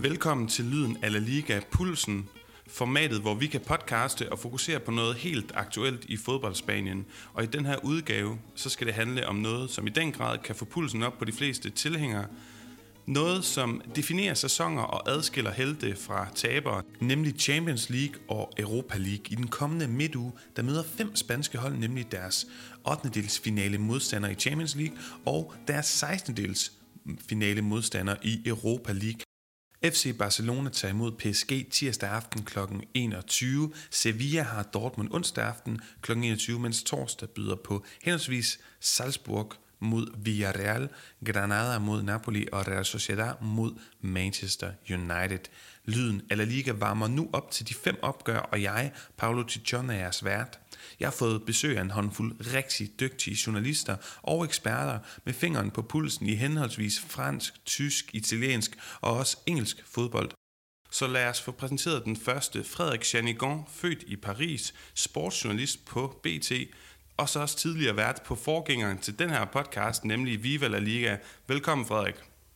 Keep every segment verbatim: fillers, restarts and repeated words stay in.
Velkommen til Lyden af La Liga Pulsen, formatet hvor vi kan podcaste og fokusere på noget helt aktuelt i fodboldspanien. Og i den her udgave, så skal det handle om noget, som i den grad kan få pulsen op på de fleste tilhængere. Noget, som definerer sæsoner og adskiller helte fra tabere, nemlig Champions League og Europa League. I den kommende midtuge, der møder fem spanske hold, nemlig deres ottendedelsfinale modstander i Champions League og deres sekstendedels finale modstander i Europa League. F C Barcelona tager imod P S G tirsdag aften kl. enogtyve. Sevilla har Dortmund onsdag aften kl. enogtyve, mens torsdag byder på henholdsvis Salzburg mod Villarreal, Granada mod Napoli og Real Sociedad mod Manchester United. Lyden af La Liga varmer nu op til de fem opgør, og jeg, Paolo Tichon, er jeres vært. Jeg har fået besøg af en håndfuld rigtig dygtige journalister og eksperter med fingeren på pulsen i henholdsvis fransk, tysk, italiensk og også engelsk fodbold. Så lad os få præsenteret den første, Frederik Chanigon, født i Paris, sportsjournalist på B T, og så også tidligere vært på forgængeren til den her podcast, nemlig Viva La Liga. Velkommen, Frederik.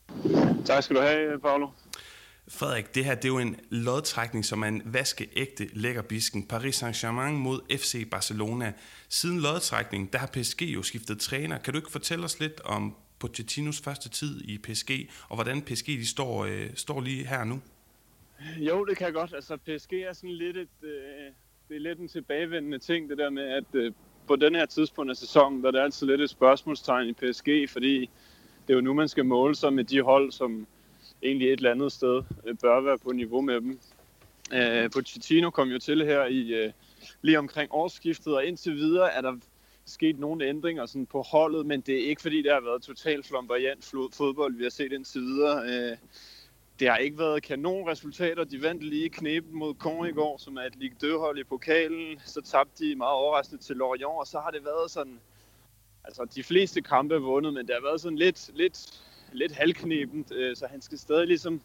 Tak skal du have, Paolo. Frederik, det her det er jo en lodtrækning, som er en vaskeægte lækkerbisken. Paris Saint-Germain mod F C Barcelona. Siden lodtrækningen, der har P S G jo skiftet træner. Kan du ikke fortælle os lidt om Pochettinos første tid i P S G, og hvordan P S G de står, øh, står lige her nu? Jo, det kan jeg godt. Altså, P S G er sådan lidt et, øh, det er lidt en tilbagevendende ting, det der med, at øh, på den her tidspunkt af sæsonen, der er det altid lidt et spørgsmålstegn i P S G, fordi det er jo nu, man skal måle sig med de hold, som egentlig et eller andet sted bør være på niveau med dem. Øh, Pochettino kom jo til her i øh, lige omkring årsskiftet, og indtil videre er der sket nogle ændringer sådan på holdet, men det er ikke fordi, det har været totalt flamboyant fodbold, vi har set indtil videre. Øh, det har ikke været kanonresultater. De vandt lige knepen mod Caen i går, som er et Ligue to-hold i pokalen. Så tabte de meget overraskende til Lorient, og så har det været sådan, altså de fleste kampe er vundet, men det har været sådan lidt, lidt lidt halvknebent, så han skal stadig ligesom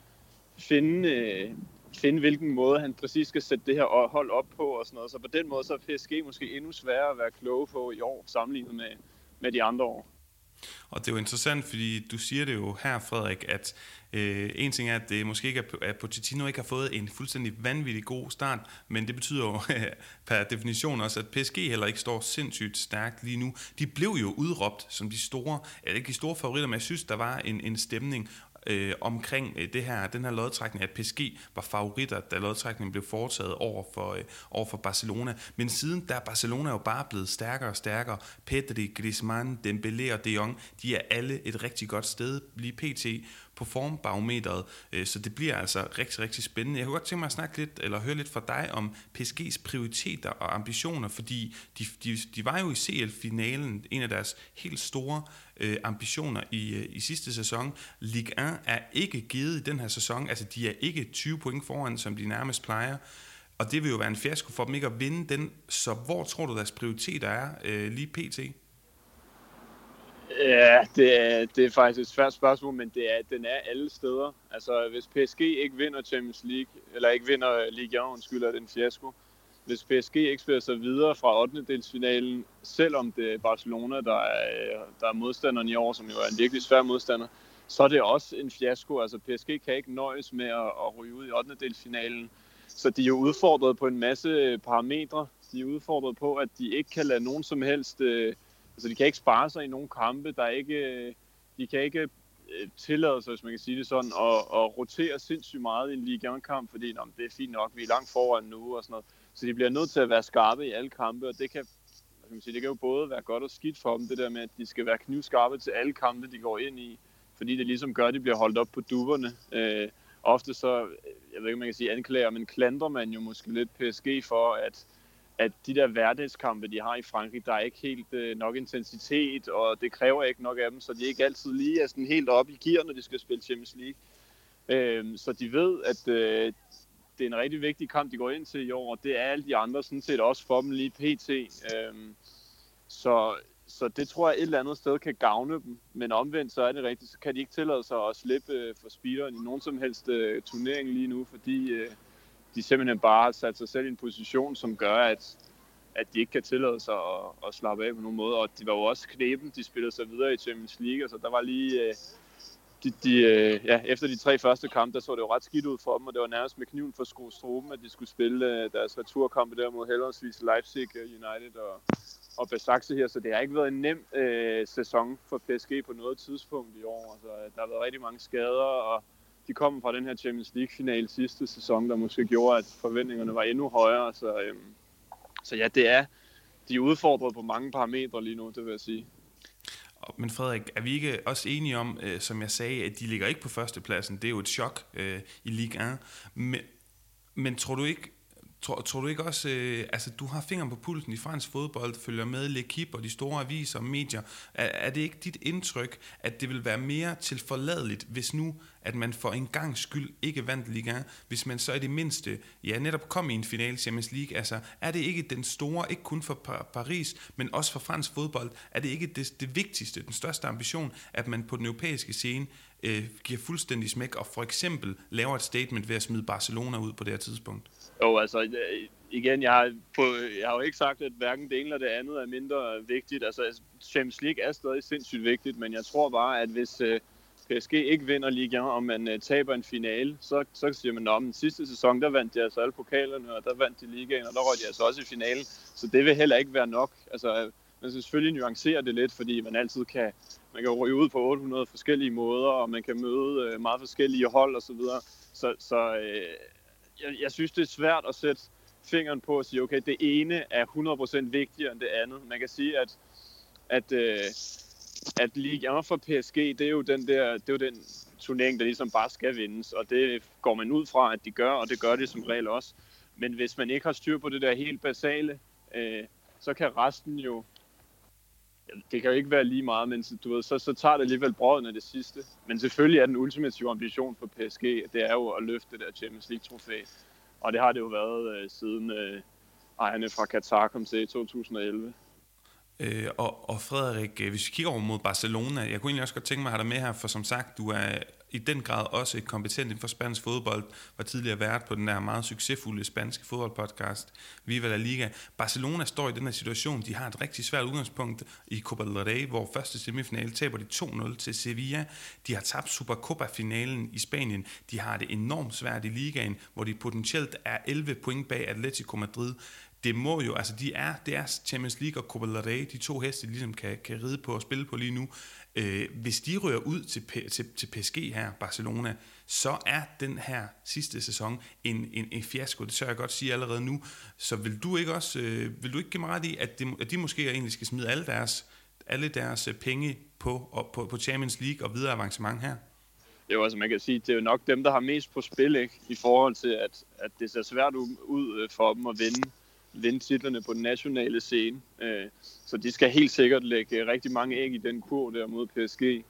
finde, øh, finde hvilken måde han præcis skal sætte det her hold op på og sådan noget. Så på den måde så er P S G måske endnu sværere at være kloge på i år, sammenlignet med, med de andre år. Og det er jo interessant, fordi du siger det jo her, Frederik, at øh, en ting er, at det måske ikke er, at Pochettino ikke har fået en fuldstændig vanvittig god start, men det betyder jo per definition også, at P S G heller ikke står sindssygt stærkt lige nu. De blev jo udråbt som de store, eller ikke de store favoritter, men jeg synes, der var en, en stemning Øh, omkring øh, det her, den her lodtrækning, at P S G var favoritter, da lodtrækningen blev foretaget over for, øh, over for Barcelona. Men siden der er Barcelona jo bare blevet stærkere og stærkere. Pedri, Griezmann, Dembélé og De Jong, de er alle et rigtig godt sted lige pt. På formbarometeret, øh, så det bliver altså rigtig, rigtig spændende. Jeg kunne godt tænke mig at snakke lidt, eller høre lidt fra dig om P S G's prioriteter og ambitioner, fordi de, de, de var jo i C L-finalen, en af deres helt store øh, ambitioner i, øh, i sidste sæson. Ligue et er ikke givet i den her sæson, altså de er ikke tyve point foran, som de nærmest plejer, og det vil jo være en fiasko for dem ikke at vinde den, så hvor tror du deres prioriteter er øh, lige pt? Ja, det er, det er faktisk et svært spørgsmål, men det er, den er alle steder. Altså, hvis P S G ikke vinder Champions League, eller ikke vinder Ligue et, undskyld, er det en fiasko. Hvis P S G ikke spiller sig videre fra ottendedelsfinalen, selvom det er Barcelona, der er, der er modstanderen i år, som jo er en virkelig svær modstander, så er det også en fiasko. Altså, P S G kan ikke nøjes med at, at ryge ud i ottendedelsfinalen. Så de er jo udfordret på en masse parametre. De er udfordret på, at de ikke kan lade nogen som helst... Altså, de kan ikke spare sig i nogle kampe, der ikke, de kan ikke tillade sig, hvis man kan sige det sådan, at, at rotere sindssygt meget i en Ligue et-kamp, fordi nå, det er fint nok, vi er langt foran nu og sådan noget. Så de bliver nødt til at være skarpe i alle kampe, og det kan, kan man sige, det kan jo både være godt og skidt for dem, det der med, at de skal være knivskarpe til alle kampe, de går ind i, fordi det ligesom gør, at de bliver holdt op på dupperne. Øh, ofte så, jeg ved ikke, om man kan sige anklager, men klandrer man jo måske lidt P S G for, at at de der hverdagskampe, de har i Frankrig, der er ikke helt øh, nok intensitet, og det kræver ikke nok af dem, så de ikke altid lige er sådan helt oppe i gear, når de skal spille Champions League. Øh, så de ved, at øh, det er en rigtig vigtig kamp, de går ind til i år, og det er alle de andre sådan set også for dem lige pt. Øh, så, så det tror jeg et eller andet sted kan gavne dem, men omvendt så er det rigtigt, så kan de ikke tillade sig at slippe øh, for speederen i nogen som helst øh, turnering lige nu, fordi... Øh, de simpelthen bare har sat sig selv i en position, som gør, at, at de ikke kan tillade sig at, at slappe af på nogen måde. Og de var jo også knepen, de spillede sig videre i Champions League, så der var lige, de, de, øh, ja, efter de tre første kampe, der så det jo ret skidt ud for dem, og det var nærmest med kniven for skrustruben, at de skulle spille øh, deres returkampe der mod henholdsvis Leipzig United og, og Besiktas her, så det har ikke været en nem øh, sæson for P S G på noget tidspunkt i år. Altså, der har været rigtig mange skader, og de kom fra den her Champions League-finale sidste sæson, der måske gjorde, at forventningerne var endnu højere. Så, øh, så ja, det er, de er udfordret på mange parametre lige nu, det vil jeg sige. Men Frederik, er vi ikke også enige om, øh, som jeg sagde, at de ligger ikke på førstepladsen? Det er jo et chok øh, i Ligue et. Men, men tror du ikke, tror, tror du ikke også, øh, altså du har fingeren på pulsen i fransk fodbold, følger med L'Equipe og de store aviser og medier. Er, er det ikke dit indtryk, at det vil være mere tilforladeligt, hvis nu, at man for en gangs skyld ikke vandt Ligue et, hvis man så i det mindste, ja, netop kom i en finale Champions League, altså er det ikke den store, ikke kun for Paris, men også for fransk fodbold, er det ikke det, det vigtigste, den største ambition, at man på den europæiske scene øh, giver fuldstændig smæk, og for eksempel laver et statement ved at smide Barcelona ud på det her tidspunkt? Jo, altså igen, jeg har, på, jeg har jo ikke sagt, at hverken det ene eller det andet er mindre vigtigt. Altså Champions League er stadig sindssygt vigtigt, men jeg tror bare, at hvis øh, P S G ikke vinder Ligue et, og man øh, taber en finale, så, så siger man, at den sidste sæson, der vandt de altså alle pokalerne, og der vandt de Ligaen, og der røg de altså også i finalen. Så det vil heller ikke være nok. Altså, man skal selvfølgelig nuancere det lidt, fordi man altid kan, man kan ryge ud på otte hundrede forskellige måder, og man kan møde øh, meget forskellige hold osv. Så, så, så øh, jeg, jeg synes, det er svært at sætte fingeren på og sige, okay, det ene er hundrede procent vigtigere end det andet. Man kan sige, at, at øh, at Ligue et for P S G, det er jo den der, det er jo den turnering, der ligesom bare skal vindes, og det går man ud fra, at de gør, og det gør de som regel også. Men hvis man ikke har styr på det der helt basale, øh, så kan resten jo, det kan jo ikke være lige meget, men du ved, så, så tager det alligevel brøden af det sidste. Men selvfølgelig er den ultimative ambition for P S G, det er jo at løfte det der Champions League-trofæ, og det har det jo været øh, siden øh, ejerne fra Qatar kom til i to tusind og elleve. Øh, og, og Frederik, hvis vi kigger over mod Barcelona, jeg kunne egentlig også godt tænke mig at have dig med her, for som sagt, du er i den grad også kompetent inden for spansk fodbold, var tidligere vært på den der meget succesfulde spanske fodboldpodcast, Viva la Liga. Barcelona står i den her situation, de har et rigtig svært udgangspunkt i Copa del Rey, hvor første semifinale taber de to nul til Sevilla. De har tabt Supercopa-finalen i Spanien. De har det enormt svært i ligaen, hvor de potentielt er elleve point bag Atletico Madrid. Det må jo, altså de er, det er Champions League og Copa del Rey, de to heste, de ligesom kan, kan ride på og spille på lige nu. Øh, hvis de rører ud til, til, til P S G her, Barcelona, så er den her sidste sæson en, en, en fiasko, det tør jeg godt sige allerede nu. Så vil du ikke også, øh, vil du ikke give mig ret i, at de, at de måske egentlig skal smide alle deres, alle deres penge på, og, på, på Champions League og videre avancement her? Jo, altså man kan sige, det er jo nok dem, der har mest på spil, ikke? I forhold til, at, at det ser svært ud for dem at vinde. vinde titlerne på den nationale scene. Så de skal helt sikkert lægge rigtig mange æg i den kurv der mod P S G.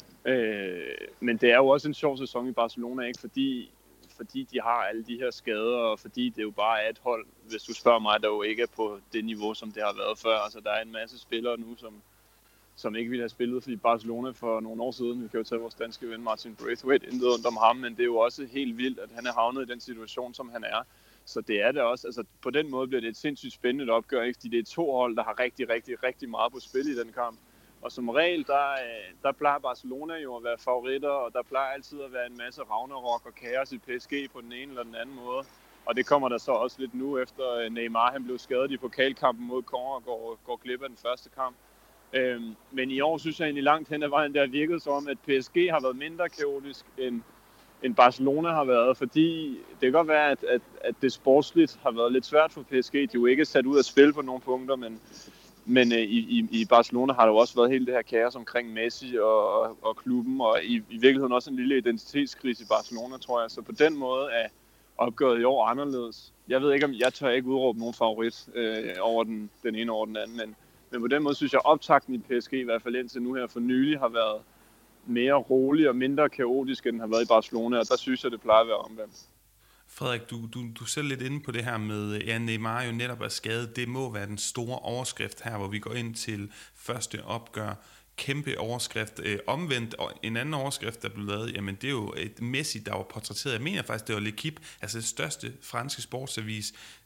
Men det er jo også en sjov sæson i Barcelona, ikke? Fordi, fordi de har alle de her skader, og fordi det jo bare er et hold, hvis du spørger mig, der jo ikke er på det niveau, som det har været før. Altså der er en masse spillere nu, som, som ikke ville have spillet for Barcelona for nogle år siden. Vi kan jo tage vores danske ven Martin Braithwaite intet rundt om ham, men det er jo også helt vildt, at han er havnet i den situation, som han er. Så det er det også. Altså, på den måde bliver det et sindssygt spændende opgør, ikke? Fordi det er to hold, der har rigtig, rigtig, rigtig meget på spil i den kamp. Og som regel, der, der plejer Barcelona jo at være favoritter, og der plejer altid at være en masse ragnarok og kaos i P S G på den ene eller den anden måde. Og det kommer der så også lidt nu, efter Neymar han blev skadet i pokalkampen mod Caen og går, går glip af den første kamp. Øhm, men i år synes jeg egentlig langt hen ad vejen, der virkede som om, at P S G har været mindre kaotisk end end Barcelona har været, fordi det kan godt være, at, at, at det sportsligt har været lidt svært for P S G. De er jo ikke sat ud at spille på nogle punkter, men, men i, i, i Barcelona har der jo også været hele det her kaos omkring Messi og, og, og klubben, og i, i virkeligheden også en lille identitetskrise i Barcelona, tror jeg. Så på den måde er opgøret i år anderledes. Jeg ved ikke, om jeg tør ikke udråbe nogen favorit øh, over den, den ene over den anden, men, men på den måde synes jeg, at optakten i P S G, i hvert fald indtil nu her for nylig, har været mere rolig og mindre kaotisk, end den har været i Barcelona, og der synes jeg, det plejer at være omvendt. Frederik, du, du, du er selv lidt inde på det her med, ja, Neymar jo netop er skadet. Det må være den store overskrift her, hvor vi går ind til første opgør. Kæmpe overskrift. Øh, omvendt, og en anden overskrift, der blev lavet, jamen det er jo et Messi, der var portrætteret. Jeg mener faktisk, det var L'Equipe, altså det største franske sportsavis,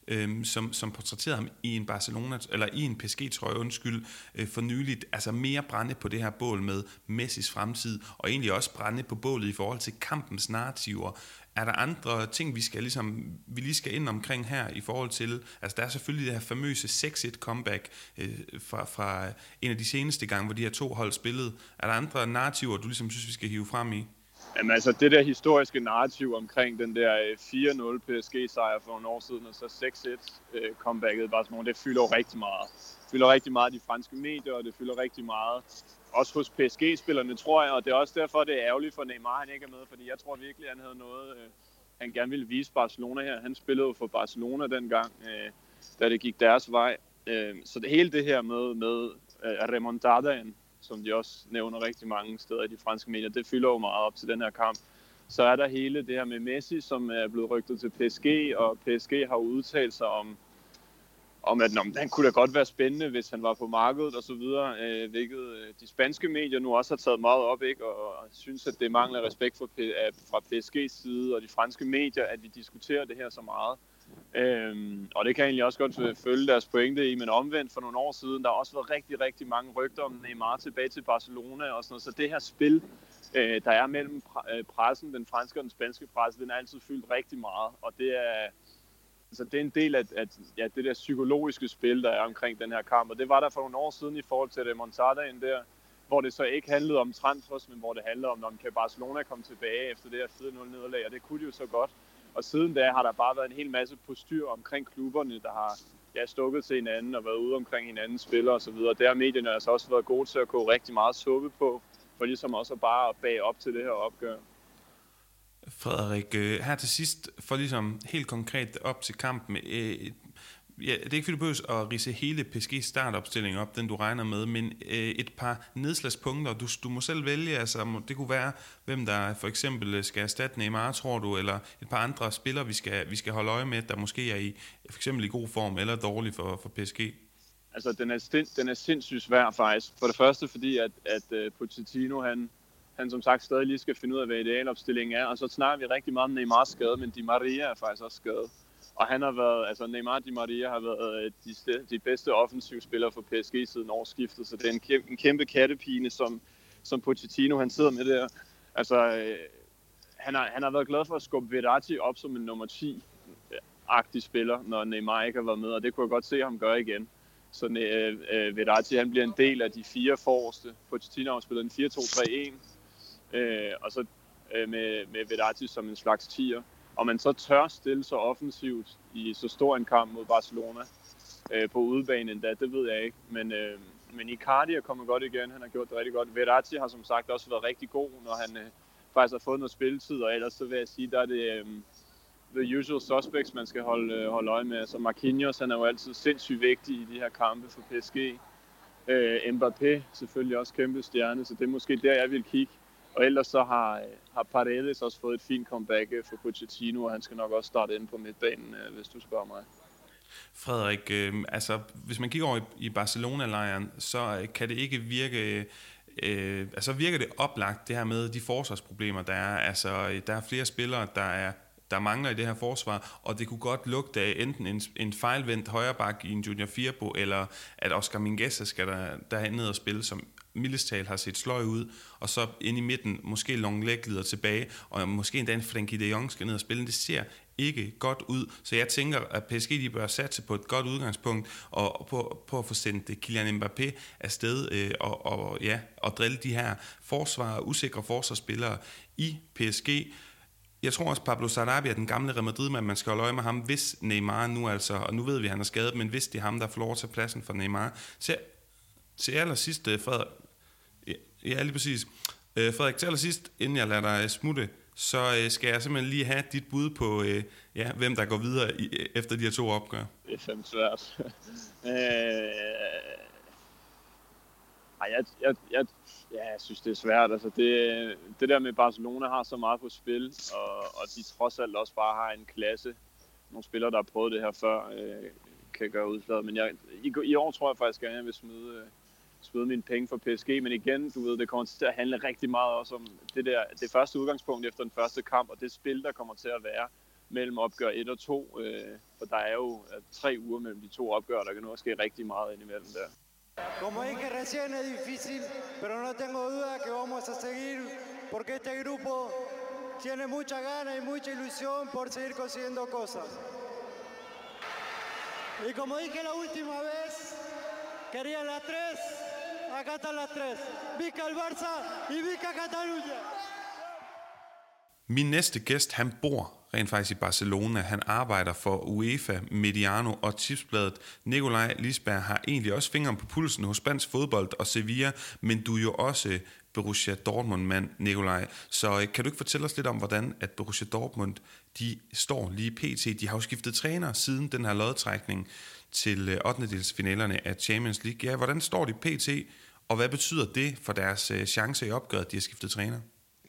øhm, som, som portrætterede ham i en Barcelona, eller i en P S G-trøje, undskyld, øh, for nyligt. Altså mere brænde på det her bål med Messis fremtid, og egentlig også brænde på bålet i forhold til kampens narrativer. Er der andre ting, vi skal ligesom, vi lige skal ind omkring her i forhold til, altså der er selvfølgelig det her famøse seks et comeback øh, fra, fra en af de seneste gange, hvor de her to hold spillede. Er der andre narrativer, du ligesom synes, vi skal hive frem i? Jamen altså det der historiske narrativ omkring den der fire nul P S G-sejr for nogle år siden, og så seks et øh, comebacket i Barcelona, det fylder jo rigtig meget. Det fylder rigtig meget i de franske medier, og det fylder rigtig meget også hos P S G-spillerne, tror jeg, og det er også derfor, det er ærgerligt for Neymar, han ikke er med, fordi jeg tror virkelig, han havde noget, øh, han gerne ville vise Barcelona her. Han spillede jo for Barcelona dengang, øh, da det gik deres vej. Øh, så det hele det her med, med øh, remontadaen, som de også nævner rigtig mange steder i de franske medier, det fylder jo meget op til den her kamp. Så er der hele det her med Messi, som er blevet rygtet til P S G, og P S G har udtalt sig om, om at nå, han kunne da godt være spændende, hvis han var på markedet og så videre, øh, hvilket de spanske medier nu også har taget meget op, ikke? Og, og synes, at det mangler respekt for, fra P S G's side og de franske medier, at vi diskuterer det her så meget. Øhm, og det kan jeg egentlig også godt følge deres pointe i, men omvendt for nogle år siden, der har også været rigtig, rigtig mange rygter om Neymar tilbage til Barcelona og sådan noget. Så det her spil, øh, der er mellem pressen, den franske og den spanske presse, den er altid fyldt rigtig meget, og det er, altså det er en del af at, ja, det der psykologiske spil, der er omkring den her kamp, og det var der for nogle år siden i forhold til remontadaen der, hvor det så ikke handlede om transfers, men hvor det handlede om, om kan Barcelona komme tilbage efter det her fire nul nederlag, og det kunne de jo så godt. Og siden da har der bare været en hel masse postyr omkring klubberne, der har ja, stukket til hinanden og været ude omkring hinandens spillere og så videre. Der har medierne altså også været gode til at koge rigtig meget suppe på, for ligesom også bare at bage op til det her opgør. Frederik, her til sidst, for ligesom helt konkret op til kampen, ja, det er ikke fordi du behøver at ridse hele P S G's startopstilling op, den du regner med, men øh, et par nedslagspunkter, du, du må selv vælge, altså det kunne være, hvem der for eksempel skal erstatte Neymar, tror du, eller et par andre spillere, vi skal, vi skal holde øje med, der måske er i for eksempel i god form eller dårlig for, for P S G. Altså den er, sind, den er sindssygt svær faktisk. For det første fordi, at, at uh, Pochettino, han, han som sagt stadig lige skal finde ud af, hvad idealopstillingen er, og så snakker vi rigtig meget om Neymars skade, men Di Maria er faktisk også skadet. Og han har været, altså Neymar Di Maria har været de, de bedste offensivspillere for P S G siden årsskiftet, så det er en kæmpe, en kæmpe kattepine, som, som Pochettino han sidder med der. Altså, øh, han, har, han har været glad for at skubbe Verratti op som en nummer ti-agtig spiller, når Neymar ikke har været med, og det kunne jeg godt se ham gøre igen. Så øh, øh, Verratti han bliver en del af de fire forreste. Pochettino har spillet en fire to tre en, øh, og så øh, med, med Verratti som en slags tier. Og man så tør stille så offensivt i så stor en kamp mod Barcelona øh, på udebane endda, det ved jeg ikke. Men, øh, men Icardi er kommet godt igen, han har gjort det rigtig godt. Verratti har som sagt også været rigtig god, når han øh, faktisk har fået noget spilletid, og ellers så vil jeg sige, der er det øh, the usual suspects, man skal holde, øh, holde øje med. Altså Marquinhos, han er jo altid sindssygt vigtig i de her kampe for P S G. Øh, Mbappé selvfølgelig også kæmpe stjerne, så det er måske der, jeg vil kigge. Og ellers så har, har Paredes også fået et fint comeback for Pochettino, og han skal nok også starte ind på midtbanen, hvis du spørger mig. Frederik, øh, altså hvis man kigger over i, i Barcelona-lejren, så kan det ikke virke, øh, altså virker det oplagt det her med de forsvarsproblemer, der er. Altså der er flere spillere, der er der mangler i det her forsvar, og det kunne godt lugte af enten en, en fejlvendt højreback i en Junior Firpo, eller at Oscar Mingueza skal der, der ned og spille, som Milestal har set sløj ud, og så ind i midten, måske Lenglet glider tilbage, og måske endda en Frenkie de Jong skal ned og spille. Det ser ikke godt ud, så jeg tænker, at P S G de bør satse på et godt udgangspunkt, og på, på at få sendt Kylian Mbappé afsted, øh, og, og, ja, og drille de her forsvar, usikre forsvarsspillere i P S G. Jeg tror også, Pablo Sarabia, den gamle Real Madrid-mand, man skal holde øje med ham, hvis Neymar nu altså, og nu ved vi, at han er skadet, men hvis det er ham, der får lov at tage pladsen for Neymar. Så til allersidst, Frederik, ja, lige præcis. Frederik, til allersidst, inden jeg lader dig smutte, så skal jeg simpelthen lige have dit bud på, ja, hvem der går videre i, efter de her to opgør. Det er fandme svært. øh... Ej, jeg, jeg, jeg, ja, jeg synes, det er svært. Altså, det, det der med Barcelona har så meget på spil, og, og de trods alt også bare har en klasse. Nogle spillere, der har prøvet det her før, øh, kan gøre udslaget. Men jeg, i, i år tror jeg faktisk, at jeg vil smide, øh, smide mine penge for P S G. Men igen, du ved, det kommer til at handle rigtig meget også om det, der, det første udgangspunkt efter den første kamp, og det spil, der kommer til at være. mellem opgør et og to, øh, for der er jo tre uger mellem de to opgør, der kan nu ske rigtig meget indimellem der. Como dije recién, es difícil, pero no tengo duda que vamos a seguir, porque este grupo tiene mucha gana y mucha ilusión por seguir consiguiendo cosas. Y como dije la última vez, querían las tres, acá están las tres. Vica el Barça y Vica Catalunya. Min næste gæst, han bor rent faktisk i Barcelona. Han arbejder for UEFA, Mediano og Tipsbladet. Nikolaj Lisberg har egentlig også fingeren på pulsen hos spansk fodbold og Sevilla, men du er jo også Borussia Dortmund-mand, Nikolaj. Så kan du ikke fortælle os lidt om, hvordan at Borussia Dortmund de står lige pt. De har jo skiftet træner siden den her lodtrækning til ottendedelsfinalerne af Champions League. Ja, hvordan står de pt., og hvad betyder det for deres chancer i opgøret, at de har skiftet træner?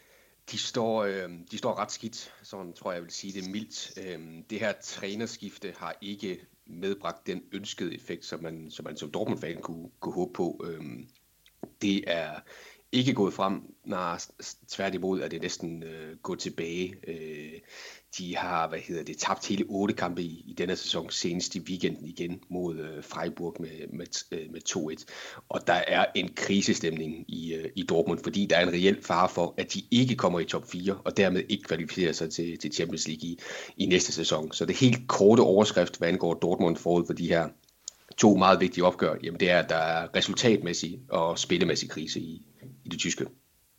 De står, øh, de står ret skidt, sådan tror jeg, jeg vil sige det mildt. Øh, det her trænerskifte har ikke medbragt den ønskede effekt, som man som, man som Dortmund-fan kunne, kunne håbe på. Øh, det er ikke gået frem, når tværtimod er det næsten øh, gået tilbage. Øh, de har, hvad hedder det, tabt hele otte kampe i, i denne sæson, senest i weekenden igen mod øh, Freiburg med, med, øh, med to et. Og der er en krisestemning i, øh, i Dortmund, fordi der er en reel fare for, at de ikke kommer i top fire, og dermed ikke kvalificerer sig til, til Champions League i, i næste sæson. Så det helt korte overskrift, hvad angår Dortmund forud for de her to meget vigtige opgør, jamen det er, at der er resultatmæssig og spillemæssig krise i, i det tyske.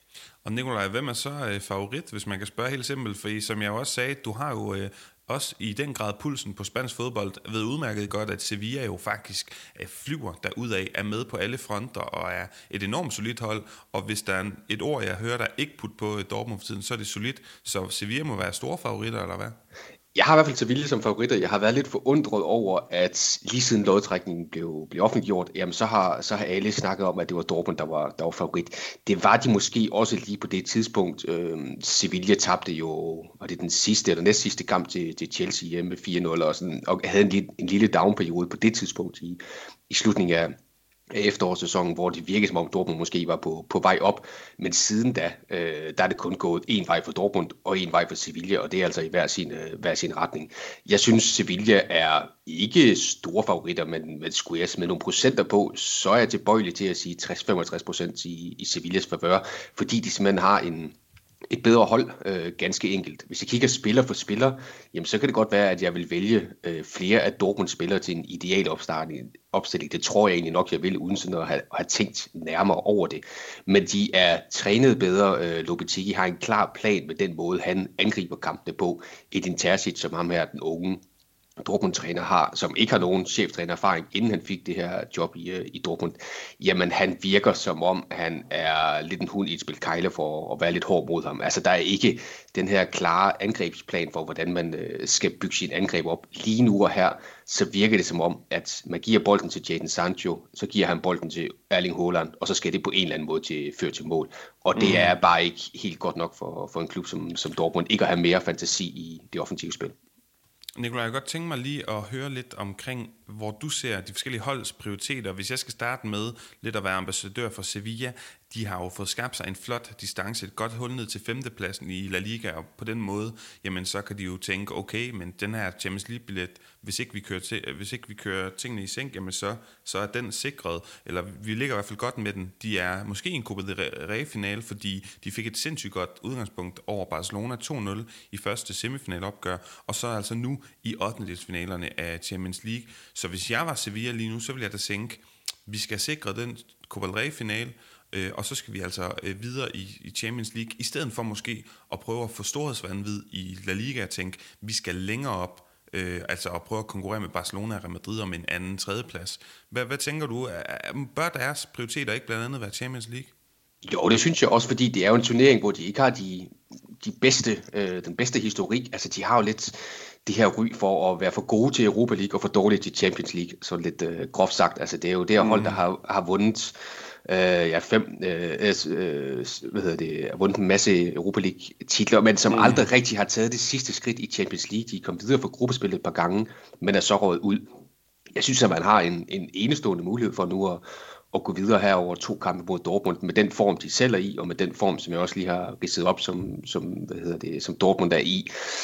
Og Nikolaj, hvem er så øh, favorit, hvis man kan spørge helt simpelt? For som jeg også sagde, du har jo øh, også i den grad pulsen på spansk fodbold, ved udmærket godt, at Sevilla jo faktisk øh, flyver derudad, er med på alle fronter og er et enormt solidt hold. Og hvis der er et ord, jeg hører, der ikke put på Dortmund for tiden, så er det solidt. Så Sevilla må være store favoritter, eller hvad? Jeg har i hvert fald Sevilla som favoritter. Jeg har været lidt forundret over, at lige siden lodtrækningen blev, blev offentliggjort, jamen så har, så har alle snakket om, at det var Dortmund, der var, der var favorit. Det var de måske også lige på det tidspunkt. Øh, Sevilla tabte jo, var det den sidste eller næst sidste kamp til, til Chelsea hjemme med fire nul, og, sådan, og havde en, en lille downperiode på det tidspunkt i, i slutningen af efterårssæsonen, hvor det virkede som om Dortmund måske var på, på vej op, men siden da, øh, der er det kun gået en vej for Dortmund og en vej for Sevilla, og det er altså i hver sin, øh, hver sin retning. Jeg synes, Sevilla er ikke store favoritter, men, men skulle jeg smide nogle procenter på, så er jeg tilbøjelig til at sige tres til femogtres procent i, i Sevillas favør, fordi de simpelthen har en et bedre hold, øh, ganske enkelt. Hvis jeg kigger spiller for spiller, jamen så kan det godt være, at jeg vil vælge øh, flere af Dortmunds spillere til en ideal opstilling. Det tror jeg egentlig nok, jeg vil, uden sådan at have, have tænkt nærmere over det. Men de er trænet bedre. Øh, Lopetegui har en klar plan med den måde, han angriber kampene på. Edin Terzic, som ham her, den unge Dortmund-træner har, som ikke har nogen cheftrænererfaring, inden han fik det her job i, i Dortmund, jamen han virker som om, han er lidt en hund i et spil kejle for at være lidt hård mod ham. Altså der er ikke den her klare angrebsplan for, hvordan man øh, skal bygge sin angreb op. Lige nu og her, så virker det som om, at man giver bolden til Jadon Sancho, så giver han bolden til Erling Haaland, og så skal det på en eller anden måde til, føre til mål. Og det mm. er bare ikke helt godt nok for, for en klub som, som Dortmund, ikke at have mere fantasi i det offensive spil. Nikolaj, jeg kan godt tænke mig lige at høre lidt omkring, hvor du ser de forskellige holds prioriteter. Hvis jeg skal starte med lidt at være ambassadør for Sevilla, de har jo fået skabt sig en flot distance, et godt hul ned til femtepladsen i La Liga, og på den måde, jamen så kan de jo tænke, okay, men den her Champions League-billet, hvis ikke vi kører, til, hvis ikke vi kører tingene i sænk, jamen så, så er den sikret, eller vi ligger i hvert fald godt med den. De er måske i en Copa del Rey-finale, fordi de fik et sindssygt godt udgangspunkt over Barcelona to nul i første semifinalopgør, og så altså nu i ottendedelsfinalerne af Champions League. Så hvis jeg var Sevilla lige nu, så ville jeg da tænke, vi skal sikre den Copa del Rey-finale, Øh, og så skal vi altså øh, videre i, i Champions League, i stedet for måske at prøve at få storhedsvanvid i La Liga og tænke, vi skal længere op, øh, altså at prøve at konkurrere med Barcelona og Real Madrid om en anden tredjeplads. Hvad, hvad tænker du? Bør deres prioriteter ikke blandt andet være Champions League? Jo, det synes jeg også, fordi det er jo en turnering, hvor de ikke har de, de bedste, øh, den bedste historik. Altså de har jo lidt det her ry for at være for gode til Europa League og for dårlige til Champions League, så lidt øh, groft sagt. Altså det er jo det her hold, der har, har vundet øh, ja, fem, øh, øh, hvad hedder det, har vundet en masse Europa League titler, men som mm. aldrig rigtig har taget det sidste skridt i Champions League. De kom videre fra gruppespillet et par gange, men er så røget ud. Jeg synes, at man har en, en enestående mulighed for nu at og gå videre her over to kampe mod Dortmund med den form, de selv er i, og med den form, som jeg også lige har ridset op, som, som, hvad hedder det, som Dortmund er i.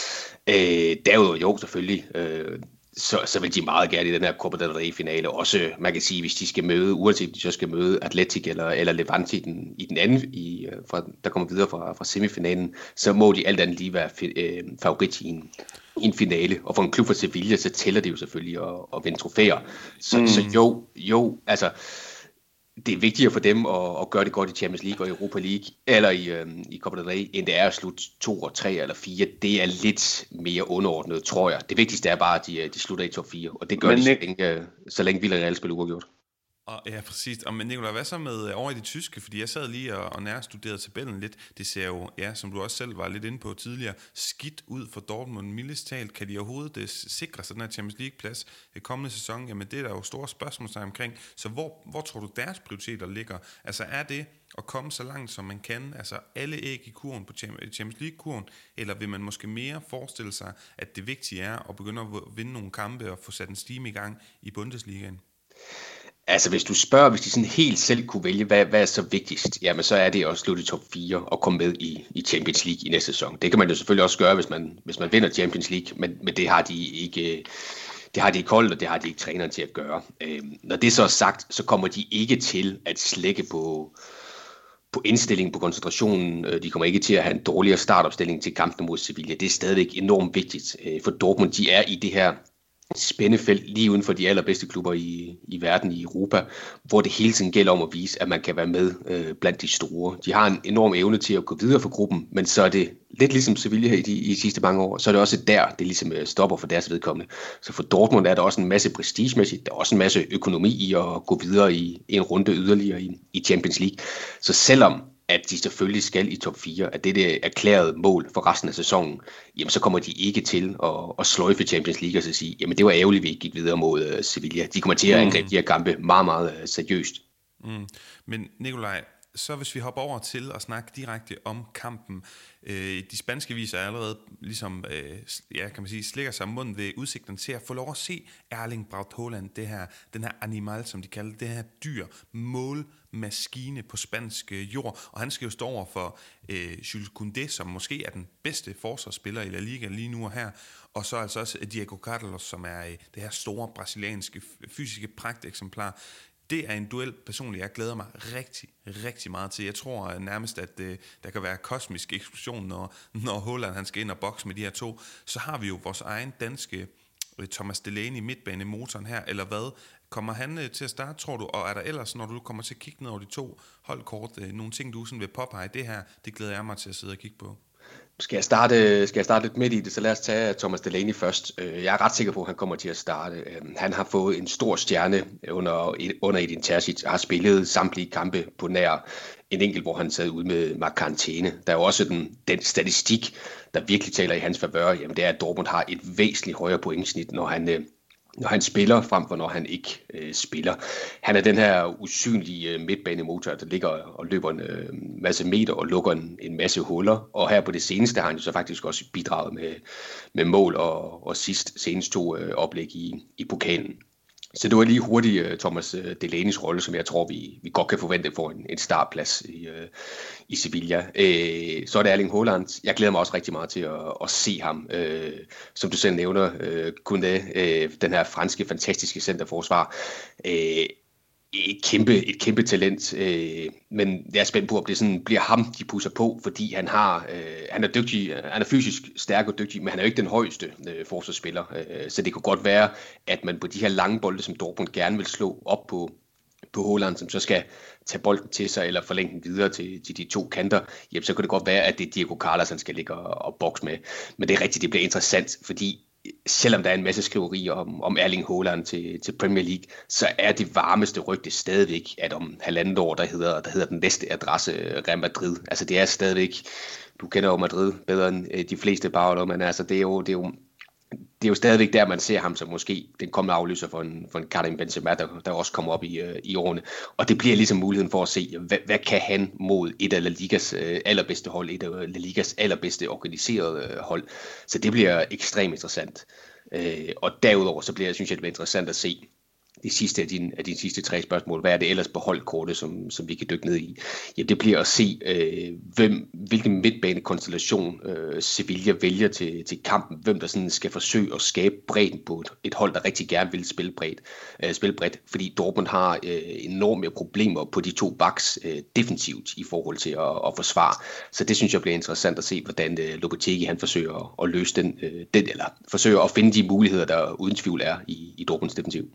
Øh, derudover jo, selvfølgelig. Øh, så, så vil de meget gerne i den her Copa del Rey-finale. Også, man kan sige, hvis de skal møde, uanset de så skal møde Athletic eller, eller Levante i den, i den anden, i, fra, der kommer videre fra, fra semifinalen, så må de alt andet lige være øh, favorit i en, i en finale. Og for en klub for Sevilla, så tæller det jo selvfølgelig at, at vinde trofæer. Så, mm. så jo, jo, altså... det er vigtigere for dem at, at gøre det godt i Champions League og Europa League, eller i, øhm, i Copa del Rey, end det er at slutte to og tre eller fire. Det er lidt mere underordnet, tror jeg. Det vigtigste er bare, at de, de slutter i top fire, og det gør Men, de så længe, så længe Villarreal spiller uafgjort. Og, ja, præcis. Og, men Nicolai, hvad så med over i det tyske? Fordi jeg sad lige og, og nærstuderede tabellen lidt. Det ser jo, ja, som du også selv var lidt inde på tidligere, skidt ud for Dortmund. Mildest talt, kan de overhovedet det sikre sig den her Champions League-plads i kommende sæson? Jamen, det er der jo store spørgsmål omkring. Så hvor, hvor tror du, deres prioriteter ligger? Altså, er det at komme så langt, som man kan? Altså, alle æg i kurven på Champions League-kurven? Eller vil man måske mere forestille sig, at det vigtige er at begynde at vinde nogle kampe og få sat en stime i gang i Bundesligaen? Altså, hvis du spørger, hvis de sådan helt selv kunne vælge, hvad, hvad er så vigtigst, jamen så er det at slutte i top fire og komme med i, i Champions League i næste sæson. Det kan man jo selvfølgelig også gøre, hvis man, hvis man vinder Champions League, men, men det har de ikke... Det har de ikke holdt, og det har de ikke træneren til at gøre. Øhm, når det så er sagt, så kommer de ikke til at slække på, på indstillingen, på koncentrationen. De kommer ikke til at have en dårligere startopstilling til kampen mod Sevilla. Det er stadigvæk enormt vigtigt for Dortmund. De er i det her spændefelt lige uden for de allerbedste klubber i, i verden, i Europa, hvor det hele tiden gælder om at vise, at man kan være med øh, blandt de store. De har en enorm evne til at gå videre for gruppen, men så er det lidt ligesom Sevilla her i de, i de sidste mange år, så er det også der, det ligesom stopper for deres vedkommende. Så for Dortmund er der også en masse prestigemæssigt, der er også en masse økonomi i at gå videre i en runde yderligere i, i Champions League. Så selvom at de selvfølgelig skal i top fire, at det er det erklærede mål for resten af sæsonen, jamen så kommer de ikke til at, at sløjfe Champions League og så sige, jamen det var ærgerligt, vi ikke gik videre mod uh, Sevilla. De kommer til at angribe mm. de her kampe meget, meget uh, seriøst. Mm. Men Nicolai, så hvis vi hopper over til at snakke direkte om kampen, øh, de spanske viser er allerede ligesom, øh, ja, kan man sige, slikker sig om munden ved udsigten til at få lov at se Erling Braut Haaland, det her, den her animal, som de kalder det, her dyr, målmaskine på spansk øh, jord, og han skal jo stå over for øh, Jules Koundé, som måske er den bedste forsvarsspiller i La Liga lige nu og her, og så altså også Diego Carlos, som er øh, det her store brasilianske fysiske pragteksemplar. Det er en duel, personligt, jeg glæder mig rigtig, rigtig meget til. Jeg tror nærmest, at øh, der kan være kosmisk eksplosion, når, når Haaland han skal ind og bokse med de her to. Så har vi jo vores egen danske øh, Thomas Delaney, midtbanemotoren her, eller hvad? Kommer han øh, til at starte, tror du? Og er der ellers, når du kommer til at kigge ned over de to holdkort, øh, nogle ting, du sådan vil påpege? Det her, det glæder jeg mig til at sidde og kigge på. Skal jeg, starte, skal jeg starte lidt midt i det, så lad os tage Thomas Delaney først. Jeg er ret sikker på, at han kommer til at starte. Han har fået en stor stjerne under, under Edin Terzic, har spillet samtlige kampe på nær en enkelt, hvor han sad ude med Marc Karantæne. Der er jo også den, den statistik, der virkelig taler i hans favør. Jamen det er, at Dortmund har et væsentligt højere pointsnit, når han... når han spiller, frem for når han ikke øh, spiller. Han er den her usynlige øh, midtbanemotor, der ligger og løber en øh, masse meter og lukker en, en masse huller. Og her på det seneste har han jo så faktisk også bidraget med, med mål og, og sidst senest to øh, oplæg i, i pokalen. Så det var lige hurtigt uh, Thomas uh, Delaneys rolle, som jeg tror, vi, vi godt kan forvente for en, en startplads i, uh, i Sevilla. Uh, så er det Erling Haaland. Jeg glæder mig også rigtig meget til at, at se ham. Uh, som du selv nævner, uh, Koundé, uh, den her franske, fantastiske centerforsvar. Uh, et kæmpe, et kæmpe talent, øh, men jeg er spændt på, om det sådan bliver ham, de pusser på, fordi han har, øh, han er dygtig, han er fysisk stærk og dygtig, men han er jo ikke den højeste øh, forsvarsspiller, øh, så det kunne godt være, at man på de her lange bolde, som Dortmund gerne vil slå op på, på Haaland, som så skal tage bolden til sig, eller forlænge den videre til, til de to kanter, jamen, så kan det godt være, at det er Diego Carlos, han skal ligge og, og bokse med, men det er rigtigt, det bliver interessant, fordi selvom der er en masse skriverier om, om Erling Haaland til, til Premier League, så er det varmeste rygte stadigvæk, at om halvandet år, der hedder, der hedder den næste adresse Real Madrid. Altså det er stadigvæk, du kender jo Madrid bedre end de fleste bare, men altså det er jo, det er jo det er jo stadigvæk der, man ser ham som måske den kommende afløser for en, for en Karim Benzema, der, der også kommer op i, uh, i årene. Og det bliver ligesom muligheden for at se, hvad, hvad kan han mod et af La Ligas uh, allerbedste hold, et af La Ligas allerbedste organiserede uh, hold. Så det bliver ekstremt interessant. Uh, og derudover, så bliver jeg, synes jeg, det bliver interessant at se, det sidste af dine, af dine sidste tre spørgsmål. Hvad er det ellers på holdkortet, som, som vi kan dykke ned i? Ja, det bliver at se, øh, hvem, hvilken midtbanekonstellation øh, Sevilla vælger til, til kampen. Hvem der sådan skal forsøge at skabe bredden på et, et hold, der rigtig gerne vil spille bredt. Øh, spille bredt fordi Dortmund har øh, enorme problemer på de to backs øh, defensivt i forhold til at, at forsvare. Så det synes jeg bliver interessant at se, hvordan øh, Lopetegui han forsøger at, at løse den, øh, den, eller forsøger at finde de muligheder, der uden tvivl er i, i Dortmunds defensiv.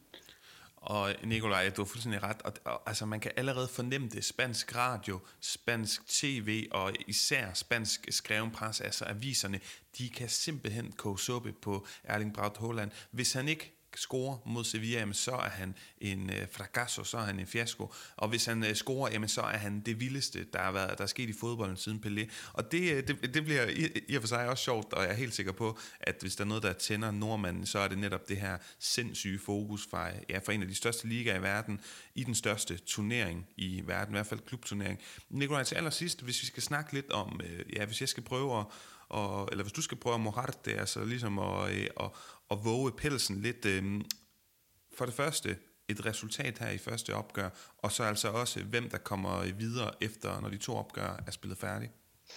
Og Nikolaj, du har fuldstændig ret. Og, og, altså, man kan allerede fornemme det. Spansk radio, spansk tv og især spansk skreven pres, altså aviserne, de kan simpelthen koge suppe på Erling Braut Haaland. Hvis han ikke scorer mod Sevilla, jamen, så er han en øh, fracasso, så er han en fiasko. Og hvis han øh, scorer, jamen, så er han det vildeste, der er, været, der er sket i fodbolden siden Pelé. Og det, det, det bliver i, i og for sig også sjovt, og jeg er helt sikker på, at hvis der er noget, der tænder nordmanden, så er det netop det her sindssyge fokus fra, ja, fra en af de største ligaer i verden, i den største turnering i verden, i hvert fald klubturnering. Nikolaj, til allersidst, hvis vi skal snakke lidt om, øh, ja, hvis jeg skal prøve at Og, eller hvis du skal prøve at morarte, altså ligesom at, at, at, at våge pelsen lidt. Øh, for det første, et resultat her i første opgør, og så altså også, hvem der kommer videre efter, når de to opgør er spillet færdigt.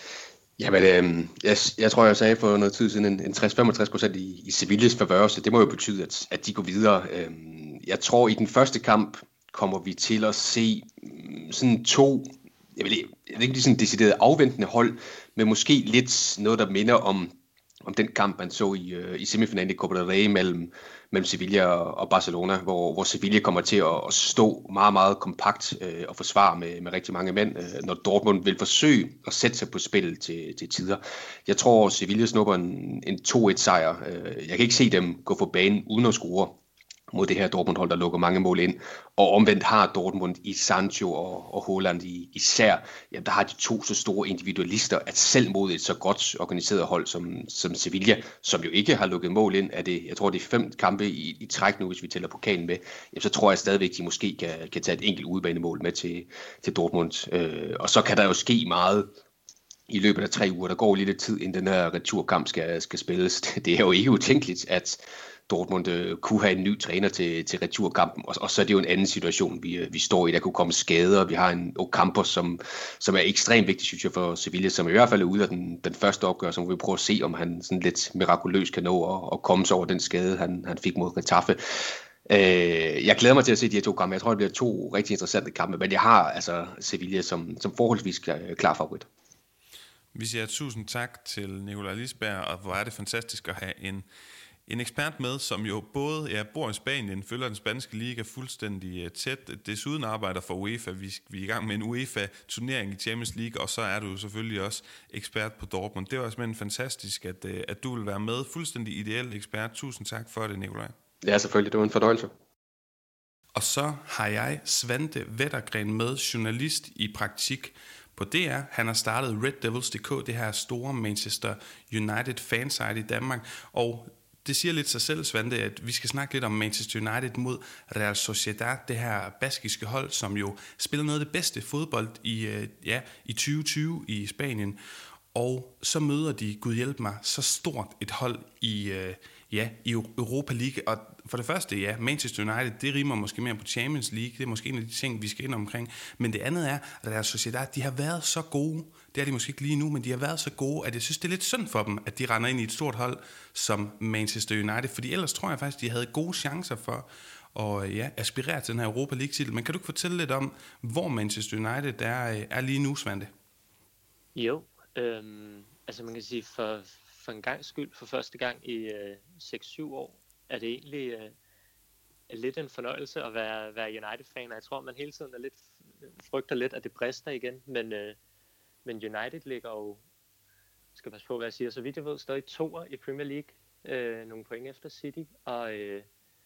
Jamen, øh, jeg, jeg tror, jeg sagde for noget tid siden en, en tres til femogtres procent i, i Sevillas favør, så det må jo betyde, at, at de går videre. Øh, jeg tror, i den første kamp kommer vi til at se øh, sådan to, jeg vil, jeg vil ikke lige sådan decideret afventende hold, men måske lidt noget, der minder om, om den kamp, man så i, øh, i semifinalen i Copa del Rey mellem, mellem Sevilla og, og Barcelona, hvor, hvor Sevilla kommer til at, at stå meget, meget kompakt øh, og forsvare med, med rigtig mange mænd, øh, når Dortmund vil forsøge at sætte sig på spil til, til tider. Jeg tror, Sevilla snupper en, en to et sejr. Øh, jeg kan ikke se dem gå for banen uden at score mod det her Dortmund-hold, der lukker mange mål ind. Og omvendt har Dortmund i Sancho og, og Haaland i, især, jamen, der har de to så store individualister, at selv mod et så godt organiseret hold som, som Sevilla, som jo ikke har lukket mål ind, er det, jeg tror, det er fem kampe i, i træk nu, hvis vi tæller pokalen med, jamen, så tror jeg stadigvæk, de måske kan, kan tage et enkelt udebanemål med til, til Dortmund. Øh, og så kan der jo ske meget i løbet af tre uger. Der går lidt tid, inden den her returkamp skal, skal spilles. Det er jo ikke utænkeligt, at Dortmund øh, kunne have en ny træner til, til returkampen, og, og så er det jo en anden situation, vi, vi står i. Der kunne komme skader, vi har en Ocampos, som, som er ekstremt vigtig, synes jeg, for Sevilla, som i hvert fald er ude af den, den første opgør, så må vi prøve at se, om han sådan lidt mirakuløst kan nå at, at komme sig over den skade, han, han fik mod Getafe. Øh, jeg glæder mig til at se de her to kampe. Jeg tror, det bliver to rigtig interessante kampe, men jeg har altså Sevilla som, som forholdsvis klar favorit. Vi siger tusind tak til Nikolaj Lisberg, og hvor er det fantastisk at have en En ekspert med, som jo både ja, bor i Spanien, følger den spanske liga fuldstændig tæt, desuden arbejder for UEFA. Vi, vi er i gang med en UEFA-turnering i Champions League, og så er du selvfølgelig også ekspert på Dortmund. Det var simpelthen fantastisk, at, at du vil være med. Fuldstændig ideel ekspert. Tusind tak for det, Nikolaj. Ja, selvfølgelig. Det var en fornøjelse. Og så har jeg Svante Wettergren med, journalist i praktik på D R. Han har startet Red Devils punktum d k, det her store Manchester United fansite i Danmark, og det siger lidt sig selv, Svante, at vi skal snakke lidt om Manchester United mod Real Sociedad, det her baskiske hold, som jo spiller noget af det bedste fodbold i, ja, i tyve tyve i Spanien. Og så møder de, Gud hjælp mig, så stort et hold i, ja, i Europa League. Og for det første, ja, Manchester United, det rimer måske mere på Champions League. Det er måske en af de ting, vi skal ind omkring. Men det andet er, at Real Sociedad, de har været så gode. Det er de måske ikke lige nu, men de har været så gode, at jeg synes, det er lidt synd for dem, at de render ind i et stort hold som Manchester United. Fordi ellers tror jeg faktisk, de havde gode chancer for at ja, aspirere til den her Europa League-titel. Men kan du ikke fortælle lidt om, hvor Manchester United er, er lige nu, Svante? Jo, øhm, altså man kan sige, for, for en gang skyld, for første gang i øh, seks syv år, er det egentlig øh, er lidt en fornøjelse at være, være United-fan. Jeg tror, man hele tiden er lidt, frygter lidt, at det brister igen, men, øh, men United ligger jo, skal passe på, hvad jeg siger, så vidt jeg ved, stadig toer i Premier League, øh, nogle point efter City, og, øh,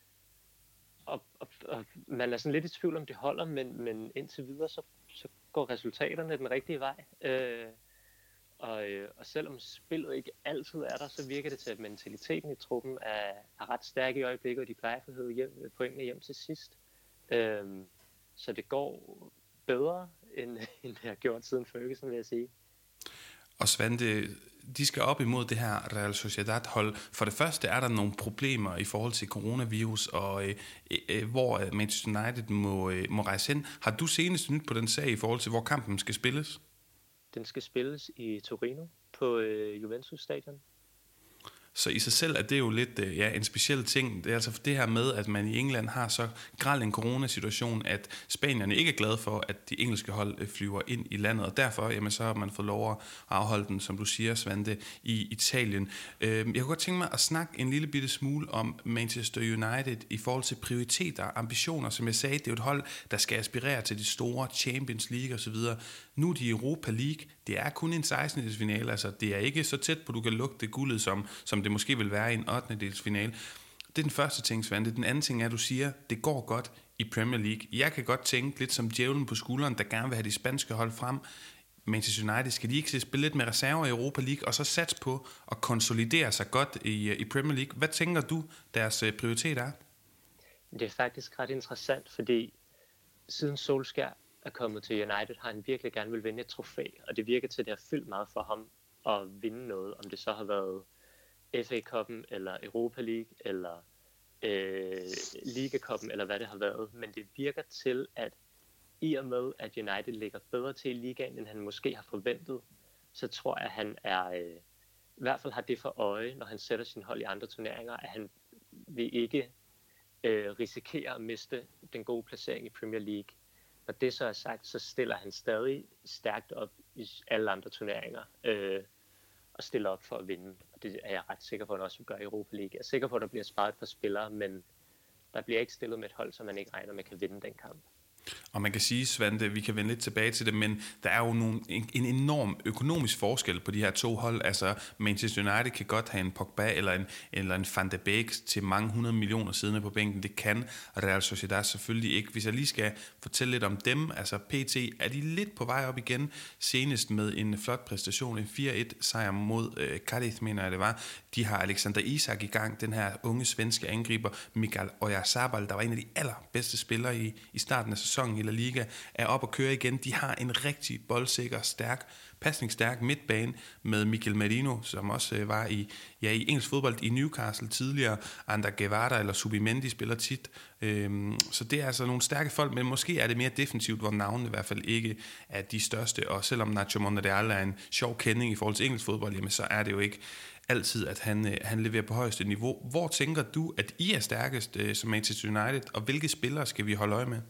og, og, og man er sådan lidt i tvivl om, det holder, men, men indtil videre, så, så går resultaterne den rigtige vej. Øh, Og, øh, og selvom spillet ikke altid er der, så virker det til, at mentaliteten i truppen er, er ret stærk i øjeblikket, og de plejer at hive hjem, pointene hjem til sidst. Øhm, så det går bedre, end, end det har gjort siden Ferguson, vil jeg sige. Og Svante, de skal op imod det her Real Sociedad-hold. For det første er der nogle problemer i forhold til coronavirus, og øh, øh, hvor Manchester United må, øh, må rejse hen. Har du senest nyt på den sag i forhold til, hvor kampen skal spilles? Den skal spilles i Torino på øh, Juventus Stadion. Så i sig selv er det jo lidt ja, en speciel ting. Det er altså det her med, at man i England har så grel en coronasituation, at spanierne ikke er glade for, at de engelske hold flyver ind i landet, og derfor jamen, så har man fået lov at afholde den, som du siger, Svante, i Italien. Jeg kunne godt tænke mig at snakke en lille bitte smule om Manchester United i forhold til prioriteter og ambitioner. Som jeg sagde, det er jo et hold, der skal aspirere til de store Champions League osv. Nu er de i Europa League. Det er kun en sekstendedelsfinale, altså det er ikke så tæt på, du kan lugte guldet, som, som det måske vil være i en ottendedelsfinale. Det er den første ting, Svante. Den anden ting er, at du siger, det går godt i Premier League. Jeg kan godt tænke lidt som djævlen på skulderen, der gerne vil have de spanske hold frem. Manchester United, skal de ikke spille lidt med reserver i Europa League, og så satse på at konsolidere sig godt i, i Premier League? Hvad tænker du, deres prioritet er? Det er faktisk ret interessant, fordi siden Solskjaer er kommet til United, har han virkelig gerne vil vinde et trofæ, og det virker til, at det har fyldt meget for ham at vinde noget, om det så har været F A-cuppen, eller Europa League, eller øh, Liga-cuppen, eller hvad det har været. Men det virker til, at i og med, at United ligger bedre til i ligaen, end han måske har forventet, så tror jeg, at han er, øh, i hvert fald har det for øje, når han sætter sin hold i andre turneringer, at han vil ikke øh, risikere at miste den gode placering i Premier League. Når det så er sagt, så stiller han stadig stærkt op i alle andre turneringer. Øh, og stille op for at vinde. Og det er jeg ret sikker på, at han også vil gøre i Europa League. Jeg er sikker på, at der bliver sparet et par spillere, men der bliver ikke stillet med et hold, som man ikke regner med kan vinde den kamp. Og man kan sige, Svante, vi kan vende lidt tilbage til det, men der er jo nogle, en, en enorm økonomisk forskel på de her to hold. Altså Manchester United kan godt have en Pogba eller en, eller en Van de Beek til mange hundrede millioner siddende på bænken. Det kan Real Sociedad selvfølgelig ikke. Hvis jeg lige skal fortælle lidt om dem, altså P T er de lidt på vej op igen, senest med en flot præstation, en fire et sejr mod øh, Cádiz, mener jeg det var. De har Alexander Isak i gang, den her unge svenske angriber, Mikael Oyarzabal, der var en af de allerbedste spillere i, i starten af sæsonen i La Liga, er op og køre igen. De har en rigtig boldsikker, stærk, pasningsstærk midtbane med Mikel Merino, som også øh, var i, ja, i engelsk fodbold i Newcastle tidligere. Ander Guevara eller Subimendi spiller tit. Øhm, så det er altså nogle stærke folk, men måske er det mere defensivt, hvor navnene i hvert fald ikke er de største. Og selvom Nacho Monreal er en sjov kending i forhold til engelsk fodbold, jamen, så er det jo ikke altid, at han, øh, han leverer på højeste niveau. Hvor tænker du, at I er stærkest øh, som Manchester United, og hvilke spillere skal vi holde øje med?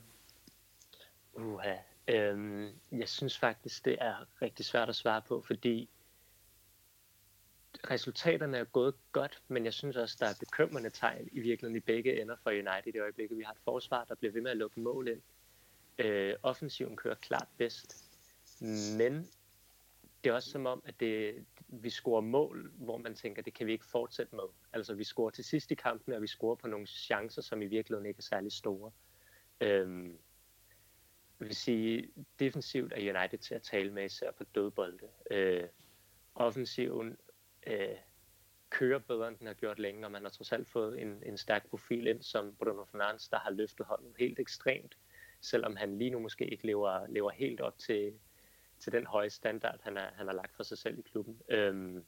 Uha. Øhm, jeg synes faktisk, det er rigtig svært at svare på, fordi resultaterne er gået godt, men jeg synes også, der er bekymrende tegn i virkeligheden i begge ender for United i øjeblikket. Vi har et forsvar, der bliver ved med at lukke mål ind. Øh, offensiven kører klart bedst, men det er også som om, at det, vi scorer mål, hvor man tænker, det kan vi ikke fortsætte med. Altså vi scorer til sidst i kampen, og vi scorer på nogle chancer, som i virkeligheden ikke er særlig store. Øhm, Jeg vil sige, defensivt er United til at tale med, især på dødbolde. Øh, offensiven øh, kører bedre, end den har gjort længe, og man har trods alt fået en, en stærk profil ind, som Bruno Fernandes, der har løftet holdet helt ekstremt, selvom han lige nu måske ikke lever, lever helt op til, til den høje standard, han, er, han har lagt for sig selv i klubben. Øh,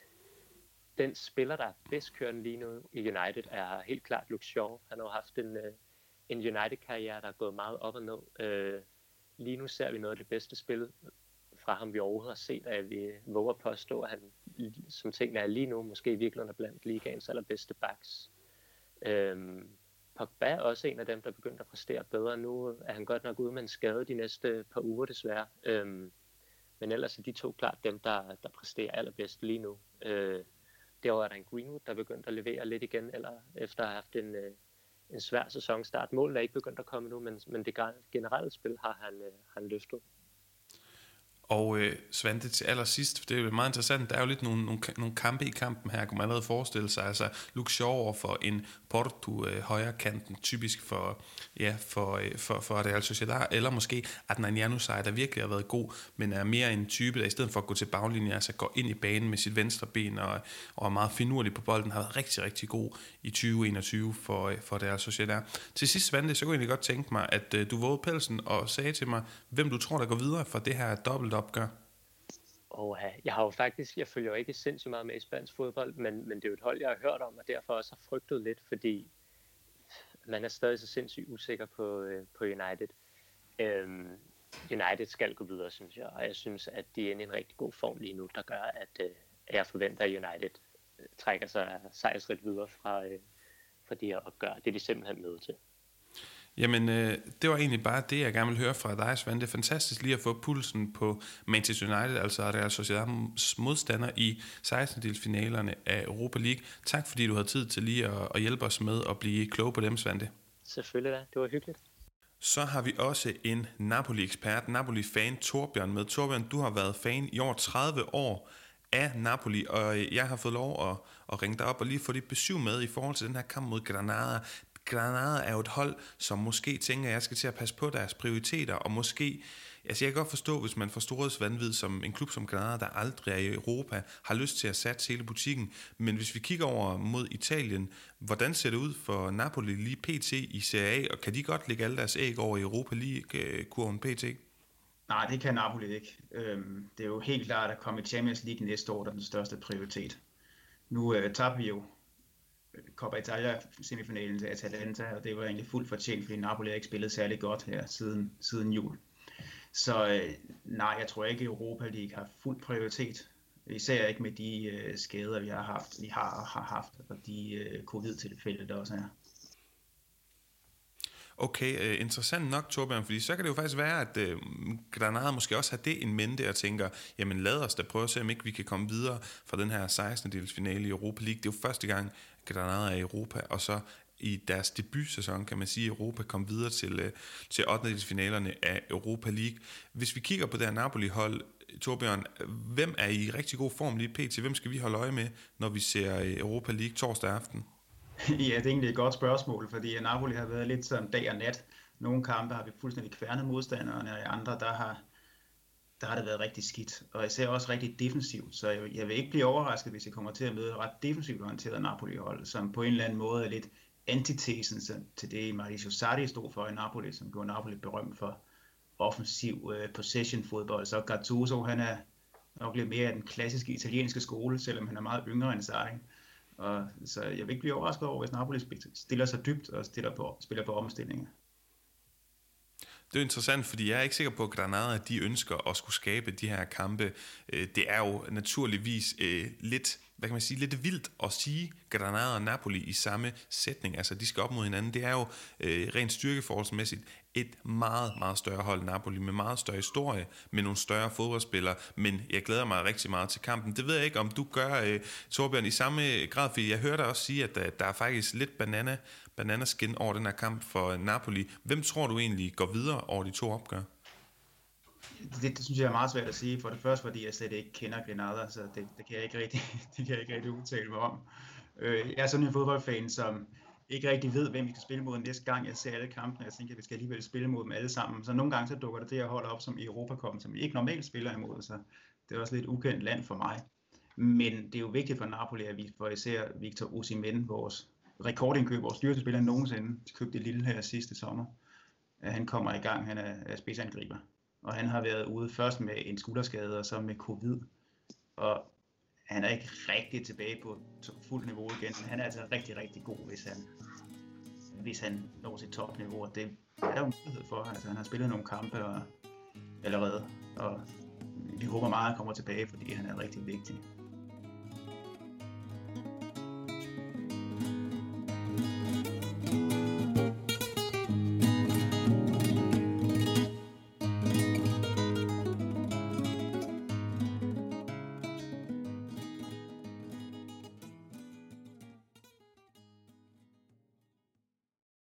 den spiller, der er bedst kørende lige nu i United, er helt klart Luke Shaw. Han har haft en... Øh, en United-karriere, der er gået meget op og ned. Øh, lige nu ser vi noget af det bedste spil fra ham, vi overhovedet har set, at vi våger påstå, at han, som tingene er lige nu, måske i virkeligheden er blandt ligaens allerbedste backs. Øh, Pogba er også en af dem, der begynder at præstere bedre. Nu er han godt nok ude med en skade de næste par uger, desværre. Øh, men ellers er de to klart dem, der, der præsterer allerbedst lige nu. Øh, derovre er der en Greenwood, der begynder at levere lidt igen, eller efter at have haft en... Øh, en svær sæsonstart. Målet er ikke begyndt at komme nu, men, men det generelle spil har han, øh, han løftet. Og øh, Svante, til allersidst, det er jo meget interessant, der er jo lidt nogle, nogle, nogle kampe i kampen her, kan man allerede forestille sig. Altså Luke Shaw over for en Porto øh, højre kanten, typisk for, ja, for, øh, for, for Real Sociedad, eller måske Adnan Januzaj, der virkelig har været god, men er mere en type, der i stedet for at gå til baglinjen, altså går ind i banen med sit venstre ben, og, og er meget finurlig på bolden, har været rigtig, rigtig god i tyve enogtyve for, øh, for Real Sociedad. Til sidst, Svante, så kunne jeg egentlig godt tænke mig, at øh, du vågede pelsen og sagde til mig, hvem du tror, der går videre for det her dobbelt opgør. Og uh, jeg har jo faktisk, jeg følger jo ikke sindssygt meget med i spansk fodbold, men, men det er jo et hold, jeg har hørt om, og derfor også har frygtet lidt, fordi man er stadig så sindssygt usikker på, uh, på United. Um, United skal gå videre, synes jeg, og jeg synes, at de er inde i en rigtig god form lige nu, der gør, at, uh, at jeg forventer, at United uh, trækker sig sejrsrigt videre fra, uh, fra de her opgør. Det er de simpelthen nødt til. Jamen, øh, det var egentlig bare det, jeg gerne vil høre fra dig, Svend. Det er fantastisk lige at få pulsen på Manchester United, altså Real Sociedad's modstander i sekstendedelsfinalerne af Europa League. Tak fordi du havde tid til lige at, at hjælpe os med at blive kloge på dem, Svend. Selvfølgelig da, det var hyggeligt. Så har vi også en Napoli-ekspert, Napoli-fan, Torbjørn med. Torbjørn, du har været fan i over tredive år af Napoli, og jeg har fået lov at, at ringe dig op og lige få dit besøg med i forhold til den her kamp mod Granada. Granada er jo et hold, som måske tænker, at jeg skal til at passe på deres prioriteter, og måske, altså jeg kan godt forstå, hvis man får storhedsvanvid som en klub som Granada, der aldrig er i Europa, har lyst til at satse hele butikken, men hvis vi kigger over mod Italien, hvordan ser det ud for Napoli lige pt. I Serie A, og kan de godt lægge alle deres æg over i Europa League-kurven pt.? Nej, det kan Napoli ikke. Øhm, det er jo helt klart at komme i Champions League næste år, der er den største prioritet. Nu øh, tabte vi jo Coppa Italia semifinalen til Atalanta, og det var egentlig fuldt fortjent, fordi Napoli har ikke spillet særlig godt her siden, siden jul. Så øh, nej, jeg tror ikke, at Europa League har fuld prioritet. Især ikke med de øh, skader, vi har haft, vi har, har haft, og de øh, covid-tilfælde, der også er. Okay, uh, interessant nok, Torbjørn, fordi så kan det jo faktisk være, at uh, Granada måske også har det in mente og tænker, jamen lad os da prøve at se, om ikke vi kan komme videre fra den her sekstendedels finale i Europa League. Det er jo første gang, Granada er i Europa, og så i deres debutsæson, kan man sige, Europa kom videre til, uh, til ottendedelsfinalerne af Europa League. Hvis vi kigger på det her Napoli-hold, Torbjørn, hvem er i rigtig god form lige pt? Hvem skal vi holde øje med, når vi ser Europa League torsdag aften? Ja, det er egentlig et godt spørgsmål, fordi Napoli har været lidt som dag og nat. Nogle kampe har vi fuldstændig kværnet modstanderne, og i andre, der har, der har det været rigtig skidt. Og især også rigtig defensivt, så jeg, jeg vil ikke blive overrasket, hvis jeg kommer til at møde et ret defensivt orienteret Napoli-hold, som på en eller anden måde er lidt antitesen til det, Mauricio Sarri stod for i Napoli, som gjorde Napoli berømt for offensiv uh, possession-fodbold. Så Gattuso, han er nok lidt mere af den klassiske italienske skole, selvom han er meget yngre end Sarri. Og, så jeg vil ikke blive overrasket over, hvis Napoli stiller sig dybt og stiller på, spiller på omstillinger. Det er jo interessant, fordi jeg er ikke sikker på, at Granada de ønsker at skulle skabe de her kampe. Det er jo naturligvis øh, lidt, hvad kan man sige, lidt vildt at sige Granada og Napoli i samme sætning. Altså, de skal op mod hinanden. Det er jo øh, rent styrkeforholdsmæssigt et meget, meget større hold Napoli, med meget større historie, med nogle større fodboldspillere, men jeg glæder mig rigtig meget til kampen. Det ved jeg ikke, om du gør, øh, Torbjørn, i samme grad, fordi jeg hørte dig også sige, at der, der er faktisk lidt banana, bananaskin over den her kamp for Napoli. Hvem tror du egentlig går videre over de to opgør? Det, det synes jeg er meget svært at sige. For det første, fordi jeg slet ikke kender Granada, så det, det kan jeg ikke rigtig, det kan jeg ikke rigtig udtale mig om. Øh, jeg er sådan en fodboldfan, som ikke rigtig ved, hvem vi skal spille mod næste gang. Jeg ser alle kampene, jeg tænker, at vi skal alligevel spille mod dem alle sammen. Så nogle gange så dukker det det her hold op som i Europa-Cup, som vi ikke normalt spiller imod, så det er også lidt ukendt land for mig. Men det er jo vigtigt for Napoli, at vi får især Victor Osimhen, vores rekordindkøb, vores dyreste spiller nogensinde, de købte det lille her sidste sommer. Han kommer i gang, han er, er spidsangriber. Og han har været ude først med en skulderskade og så med covid. Og han er ikke rigtig tilbage på fuldt niveau igen. Han er altså rigtig, rigtig god, hvis han, hvis han når sit topniveau. Og det er der jo mulighed for. Altså, han har spillet nogle kampe og, allerede. Og vi håber meget, at han kommer tilbage, fordi han er rigtig vigtig.